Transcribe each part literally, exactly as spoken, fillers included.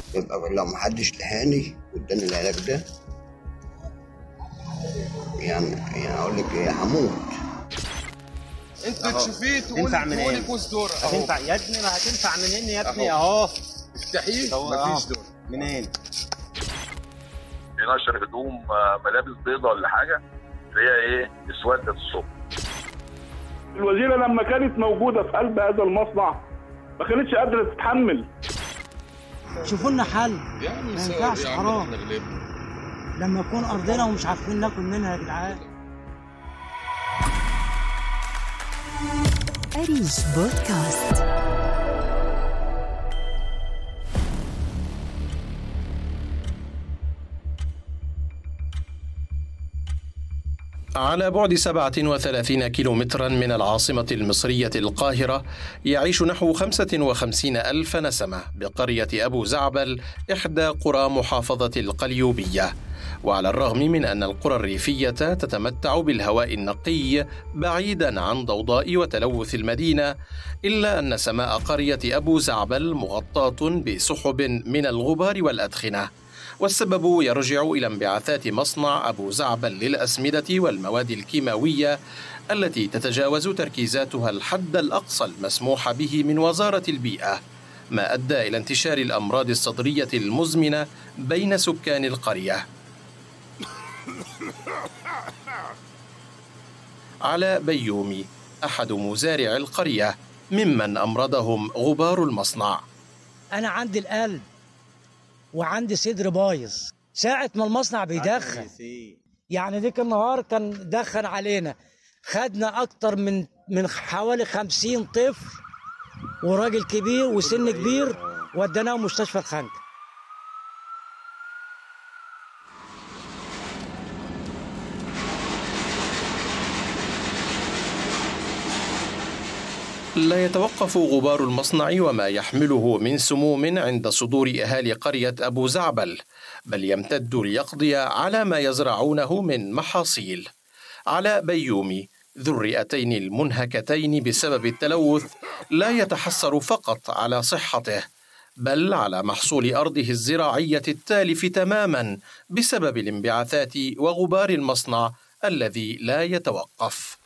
يبقى لو محدش لهاني واداني العلاج ده يعني يعني اقول لك ايه، هموت. انت تشوفيه تقول تقول فوز دور اهو. هتنفع يا ابني؟ ما هتنفع منين يا ابني؟ اهو افتحيه مفيش دور. منين؟ بينشر هدوم ملابس بيضاء ولا حاجه فهي ايه اسودت الصبح. الوزيره لما كانت موجوده في قلب هذا المصنع ما كانتش قادره تتحمل. شوفوا لنا حل، ما ينفعش، حرام لما يكون ارضنا ومش عارفين ناكل منها يا جدعان. أريج بودكاست. على بعد سبعة وثلاثين كيلومترا من العاصمة المصرية القاهرة يعيش نحو خمسة وخمسين ألف نسمة بقرية أبو زعبل، إحدى قرى محافظة القليوبية. وعلى الرغم من أن القرى الريفية تتمتع بالهواء النقي بعيدا عن ضوضاء وتلوث المدينة، إلا أن سماء قرية أبو زعبل مغطاة بسحب من الغبار والأدخنة، والسبب يرجع إلى انبعاثات مصنع أبو زعبل للأسمدة والمواد الكيماوية التي تتجاوز تركيزاتها الحد الأقصى المسموح به من وزارة البيئة، ما أدى إلى انتشار الأمراض الصدرية المزمنة بين سكان القرية. على بيومي أحد مزارع القرية ممن أمرضهم غبار المصنع. أنا عندي القلب وعندي صدر بايظ ساعة ما المصنع بيدخن. يعني ديك النهار كان دخن علينا، خدنا أكتر من من حوالي خمسين طفل وراجل كبير وسن كبير وديناه مستشفى الخنجة. لا يتوقف غبار المصنع وما يحمله من سموم عند صدور أهالي قرية أبو زعبل، بل يمتد ليقضي على ما يزرعونه من محاصيل. على بيومي ذو الرئتين المنهكتين بسبب التلوث لا يتحسر فقط على صحته، بل على محصول أرضه الزراعية التالف تماما بسبب الانبعاثات وغبار المصنع الذي لا يتوقف.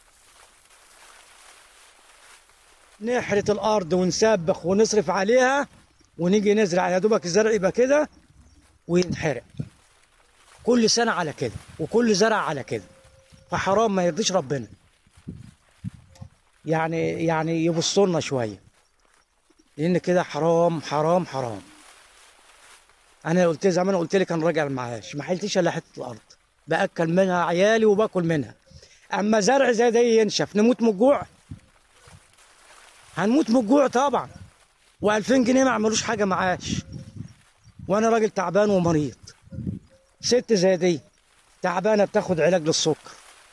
نحرث الأرض ونسبخ ونصرف عليها ونيجي نزرع، يا دوبك الزرع يبقى كده وينحرق كل سنة على كده وكل زرع على كده، فحرام ما يرضيش ربنا. يعني يعني يبصوا شوية، لأن كده حرام حرام حرام. أنا قلت زمان، قلت لك أنا راجع المعاش ما حلتش إلا حتة الأرض بأكل منها عيالي وباكل منها، أما زرع زي ده ينشف نموت من الجوع، هنموت من الجوع طبعا. وألفين جنيه ما عملوش حاجة معاش، وأنا راجل تعبان ومريض. ست زي دي تعبانة بتاخد علاج للسكر،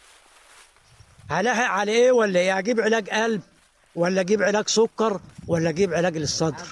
هلاحق على إيه ولا إيه؟ أجيب علاج قلب ولا أجيب علاج سكر ولا أجيب علاج للصدر؟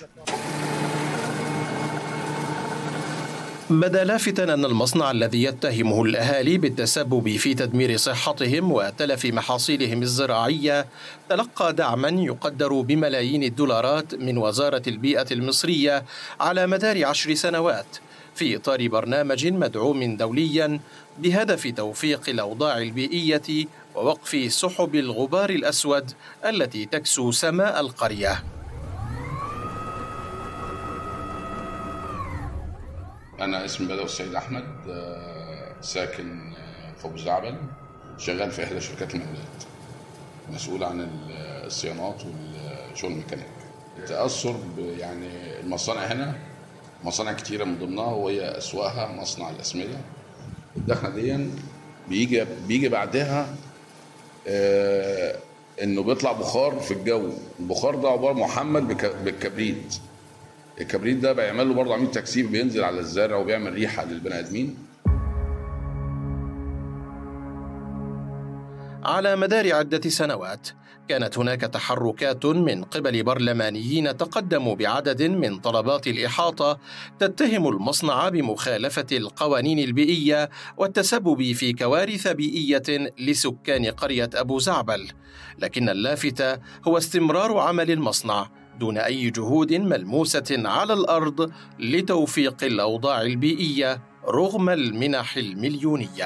بدا لافتا أن المصنع الذي يتهمه الأهالي بالتسبب في تدمير صحتهم وتلف محاصيلهم الزراعية تلقى دعما يقدر بملايين الدولارات من وزارة البيئة المصرية على مدار عشر سنوات في إطار برنامج مدعوم دوليا بهدف توفيق الأوضاع البيئية ووقف سحب الغبار الأسود التي تكسو سماء القرية. أنا اسمي بدوي السيد أحمد، ساكن في أبو زعبل، شغال في إحدى شركات المقاولات، مسؤول عن الصيانات والشغل الميكانيكي. التأثر يعني المصانع هنا مصانع كتيرة من ضمنها وهي أسواقها مصنع الأسمدة. الدخنة دي بيجي بيجي بعدها آه إنه بيطلع بخار في الجو، البخار ده عبارة محمد بالكبريت. الكبريت ده بيعمل له برضه عمليه تكثيف، بينزل على الزرع وبيعمل ريحه للبني ادمين. على مدار عدة سنوات كانت هناك تحركات من قبل برلمانيين تقدموا بعدد من طلبات الإحاطة تتهم المصنع بمخالفة القوانين البيئية والتسبب في كوارث بيئية لسكان قرية أبو زعبل، لكن اللافت هو استمرار عمل المصنع دون أي جهود ملموسة على الأرض لتوفيق الأوضاع البيئية رغم المنح المليونية.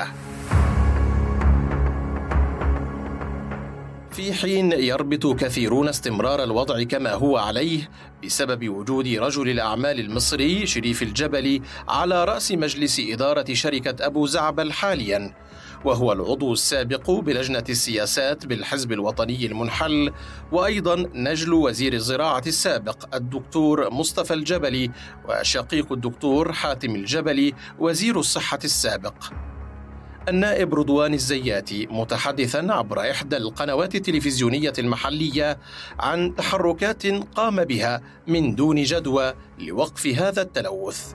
في حين يربط كثيرون استمرار الوضع كما هو عليه بسبب وجود رجل الأعمال المصري شريف الجبلي على رأس مجلس إدارة شركة أبو زعبل حالياً، وهو العضو السابق بلجنة السياسات بالحزب الوطني المنحل، وأيضاً نجل وزير الزراعة السابق الدكتور مصطفى الجبلي، وشقيق الدكتور حاتم الجبلي وزير الصحة السابق. النائب رضوان الزياتي متحدثاً عبر إحدى القنوات التلفزيونية المحلية عن تحركات قام بها من دون جدوى لوقف هذا التلوث.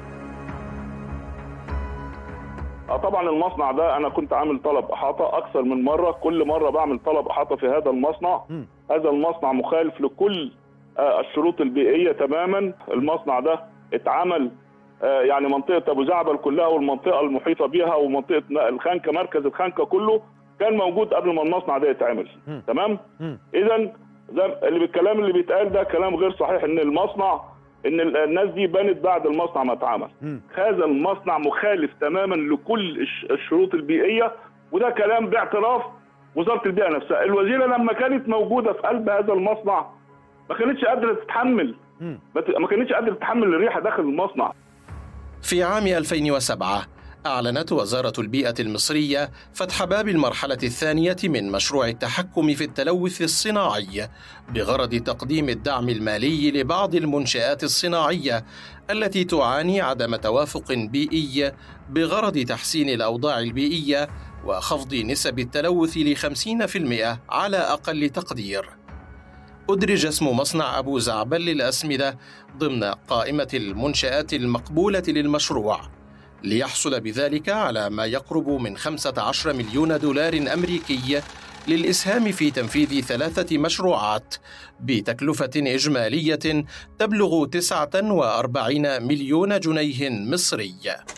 طبعا المصنع ده انا كنت عامل طلب احاطه اكثر من مره، كل مره بعمل طلب احاطه في هذا المصنع. م. هذا المصنع مخالف لكل الشروط البيئيه تماما. المصنع ده اتعمل يعني منطقه ابو زعبل كلها والمنطقه المحيطه بها ومنطقه الخنكه، مركز الخنكه كله كان موجود قبل ما المصنع ده يتعمل. م. تمام. اذا اللي بالكلام اللي بيتقال ده كلام غير صحيح، ان المصنع ان الناس دي بنت بعد المصنع ما اتعمل. هذا المصنع مخالف تماما لكل الشروط البيئيه، وده كلام باعتراف وزاره البيئه نفسها. الوزيره لما كانت موجوده في قلب هذا المصنع ما كانتش قادره تتحمل ما كانتش قادره تتحمل الريحه داخل المصنع. في عام ألفين وسبعة أعلنت وزارة البيئة المصرية فتح باب المرحلة الثانية من مشروع التحكم في التلوث الصناعي بغرض تقديم الدعم المالي لبعض المنشآت الصناعية التي تعاني عدم توافق بيئي بغرض تحسين الأوضاع البيئية وخفض نسب التلوث لخمسين بالمئة على أقل تقدير. أدرج اسم مصنع أبو زعبل للأسمدة ضمن قائمة المنشآت المقبولة للمشروع، ليحصل بذلك على ما يقرب من خمسة عشر مليون دولار أمريكي للإسهام في تنفيذ ثلاثة مشروعات بتكلفة إجمالية تبلغ تسعة وأربعين مليون جنيه مصري.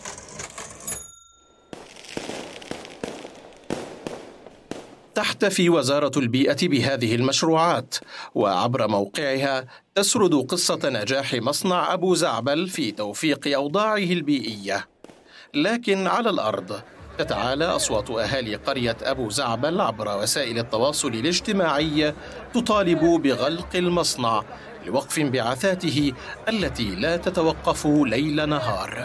تحتفي وزارة البيئة بهذه المشروعات، وعبر موقعها تسرد قصة نجاح مصنع أبو زعبل في توفيق أوضاعه البيئية. لكن على الأرض تتعالى أصوات أهالي قرية أبو زعبل عبر وسائل التواصل الاجتماعي تطالب بغلق المصنع لوقف انبعاثاته التي لا تتوقف ليل نهار.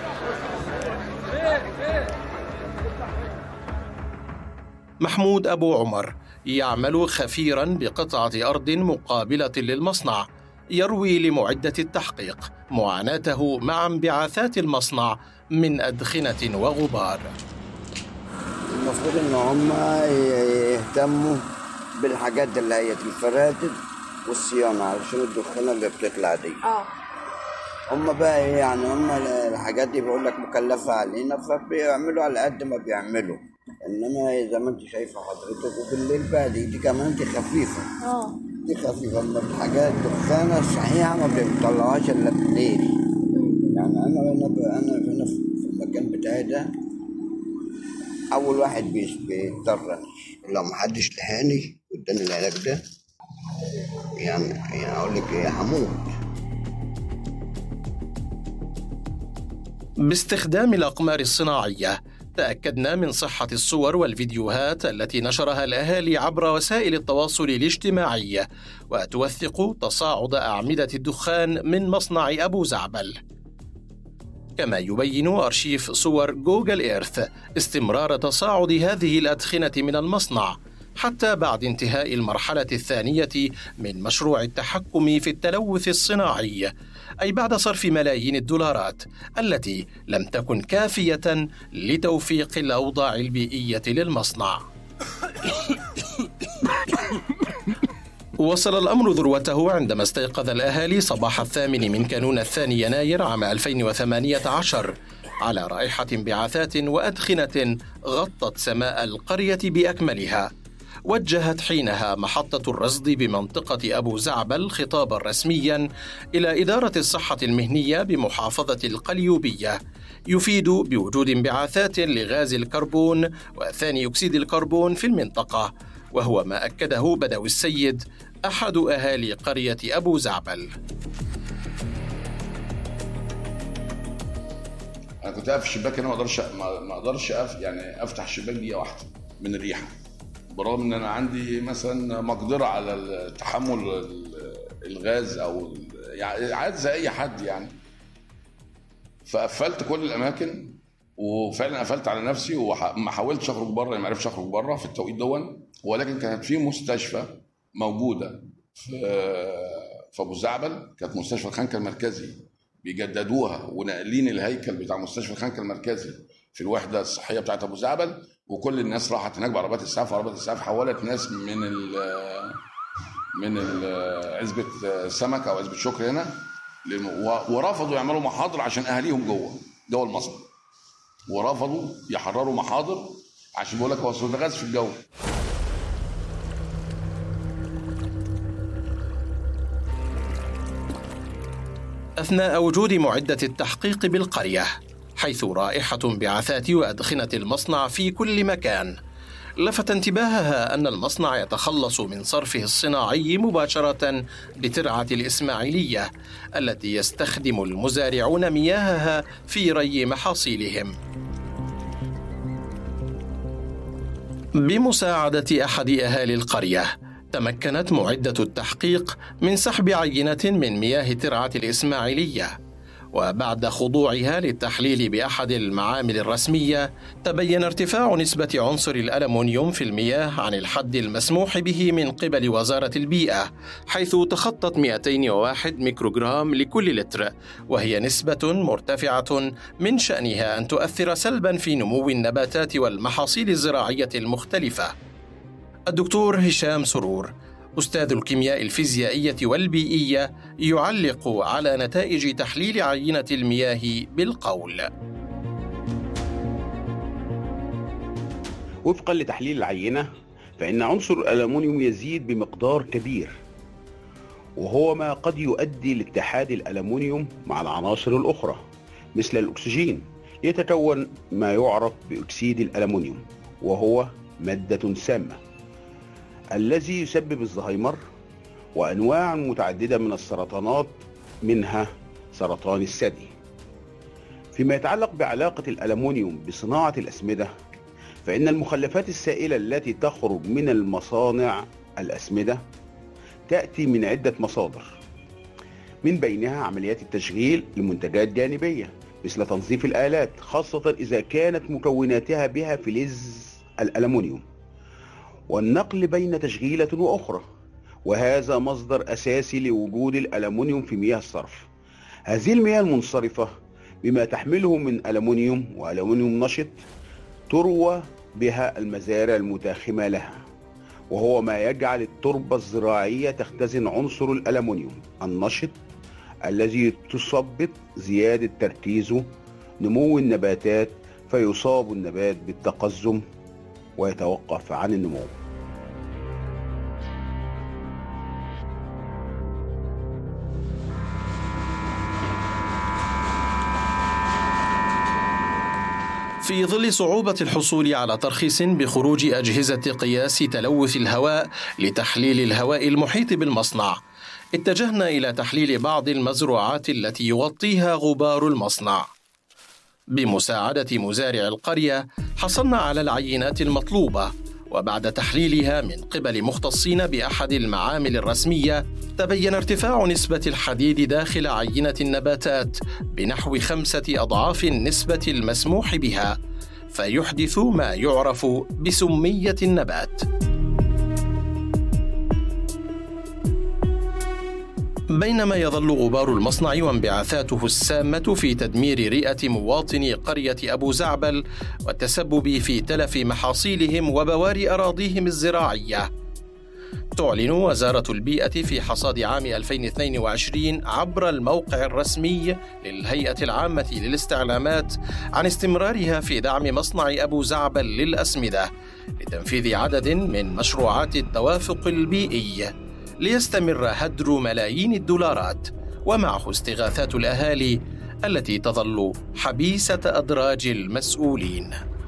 محمود أبو عمر يعمل خفيراً بقطعة أرض مقابلة للمصنع، يروي لمعدة التحقيق معاناته مع انبعاثات المصنع من أدخنة وغبار. المفروض إن هم يهتموا بالحاجات اللي هي الفراتب والصيانة علشان الدخانة اللي بتطلع دي. اه هم بقى ايه يعني، هم الحاجات دي بيقول لك مكلفة علينا فبيعملوا على قد ما بيعملوا، انما زي ما انت شايفه حضرتك وبالليل بقى دي, دي كمان دي خفيفه. اه دي خفيفه، اما الحاجات الدخانه الصحيحه ما بيطلعوهاش الا بالليل. يعني انا انا انا هنا في المكان بتاعي ده اول واحد بيضطر، لو ما حدش لحقني واداني العلاج ده يعني يعني اقول لك ايه، هموت. باستخدام الأقمار الصناعية تأكدنا من صحة الصور والفيديوهات التي نشرها الأهالي عبر وسائل التواصل الاجتماعي، وتوثق تصاعد أعمدة الدخان من مصنع أبو زعبل. كما يبين أرشيف صور جوجل إيرث استمرار تصاعد هذه الأدخنة من المصنع حتى بعد انتهاء المرحلة الثانية من مشروع التحكم في التلوث الصناعي، أي بعد صرف ملايين الدولارات التي لم تكن كافية لتوفيق الأوضاع البيئية للمصنع. وصل الأمر ذروته عندما استيقظ الأهالي صباح الثامن من كانون الثاني يناير عام ألفين وثمانية عشر على رائحة انبعاثات وأدخنة غطت سماء القرية بأكملها. وجهت حينها محطة الرصد بمنطقة أبو زعبل خطابا رسميا إلى إدارة الصحة المهنية بمحافظة القليوبية يفيد بوجود انبعاثات لغاز الكربون وثاني أكسيد الكربون في المنطقة، وهو ما أكده بدوي السيد أحد أهالي قرية أبو زعبل. انا كنت قاعد في الشباك هنا، ما اقدرش ما اقدرش أف يعني افتح الشباك دقيقه واحده من الريحه، برغم ان انا عندي مثلا مقدره على تحمل الغاز او يعني عادي زي اي حد يعني. فقفلت كل الاماكن وفعلا قفلت على نفسي وما حاولتش اخرج بره، ما عرفتش اخرج بره في التوقيت دون. ولكن كانت في مستشفى موجوده في في ابو زعبل، كانت مستشفى الخنكه المركزي بيجددوها وناقلين الهيكل بتاع مستشفى الخنكه المركزي في الوحده الصحيه بتاعت ابو زعبل، وكل الناس راحت هناك بعربات الاسعاف. عربات الاسعاف حولت ناس من ال من ال عزبه سمك او عزبه شكر هنا، ورفضوا يعملوا محاضر عشان اهاليهم جوه جوه المصنع، ورفضوا يحرروا محاضر عشان بيقول لك هو اصل ده غاز في الجو. أثناء وجود معدة التحقيق بالقرية، حيث رائحة انبعاثات وأدخنة المصنع في كل مكان، لفت انتباهها أن المصنع يتخلص من صرفه الصناعي مباشرة لترعة الإسماعيلية التي يستخدم المزارعون مياهها في ري محاصيلهم. بمساعدة أحد أهالي القرية، تمكنت معدة التحقيق من سحب عينة من مياه ترعة الإسماعيلية، وبعد خضوعها للتحليل بأحد المعامل الرسمية تبين ارتفاع نسبة عنصر الألمنيوم في المياه عن الحد المسموح به من قبل وزارة البيئة، حيث تخطت مئتين وواحد ميكروغرام لكل لتر، وهي نسبة مرتفعة من شأنها أن تؤثر سلبا في نمو النباتات والمحاصيل الزراعية المختلفة. الدكتور هشام سرور أستاذ الكيمياء الفيزيائية والبيئية يعلق على نتائج تحليل عينة المياه بالقول: وفقا لتحليل العينة فإن عنصر الألمنيوم يزيد بمقدار كبير، وهو ما قد يؤدي لاتحاد الألمنيوم مع العناصر الأخرى مثل الأكسجين يتكون ما يعرف بأكسيد الألمنيوم، وهو مادة سامة الذي يسبب الزهايمر وأنواع متعددة من السرطانات، منها سرطان الثدي. فيما يتعلق بعلاقة الألمنيوم بصناعة الأسمدة، فإن المخلفات السائلة التي تخرج من المصانع الأسمدة تأتي من عدة مصادر، من بينها عمليات التشغيل لمنتجات جانبية مثل تنظيف الآلات، خاصة إذا كانت مكوناتها بها فلز الألمنيوم، والنقل بين تشغيلة وأخرى، وهذا مصدر أساسي لوجود الألمنيوم في مياه الصرف. هذه المياه المنصرفة بما تحمله من ألمنيوم وألمنيوم نشط تروى بها المزارع المتاخمة لها، وهو ما يجعل التربة الزراعية تختزن عنصر الألمنيوم النشط الذي تثبط زيادة تركيزه نمو النباتات، فيصاب النبات بالتقزم ويتوقف عن النمو. في ظل صعوبة الحصول على ترخيص بخروج أجهزة قياس تلوث الهواء لتحليل الهواء المحيط بالمصنع، اتجهنا إلى تحليل بعض المزروعات التي يغطيها غبار المصنع. بمساعدة مزارع القرية حصلنا على العينات المطلوبة، وبعد تحليلها من قبل مختصين بأحد المعامل الرسمية تبين ارتفاع نسبة الحديد داخل عينة النباتات بنحو خمسة أضعاف النسبة المسموح بها، فيحدث ما يعرف بسمية النبات. بينما يظل غبار المصنع وانبعاثاته السامة في تدمير رئة مواطني قرية أبو زعبل والتسبب في تلف محاصيلهم وبوار أراضيهم الزراعية، تعلن وزارة البيئة في حصاد عام ألفين واثنين وعشرين عبر الموقع الرسمي للهيئة العامة للاستعلامات عن استمرارها في دعم مصنع أبو زعبل للأسمدة لتنفيذ عدد من مشروعات التوافق البيئي ليستمر هدر ملايين الدولارات، ومعه استغاثات الأهالي التي تظل حبيسة أدراج المسؤولين.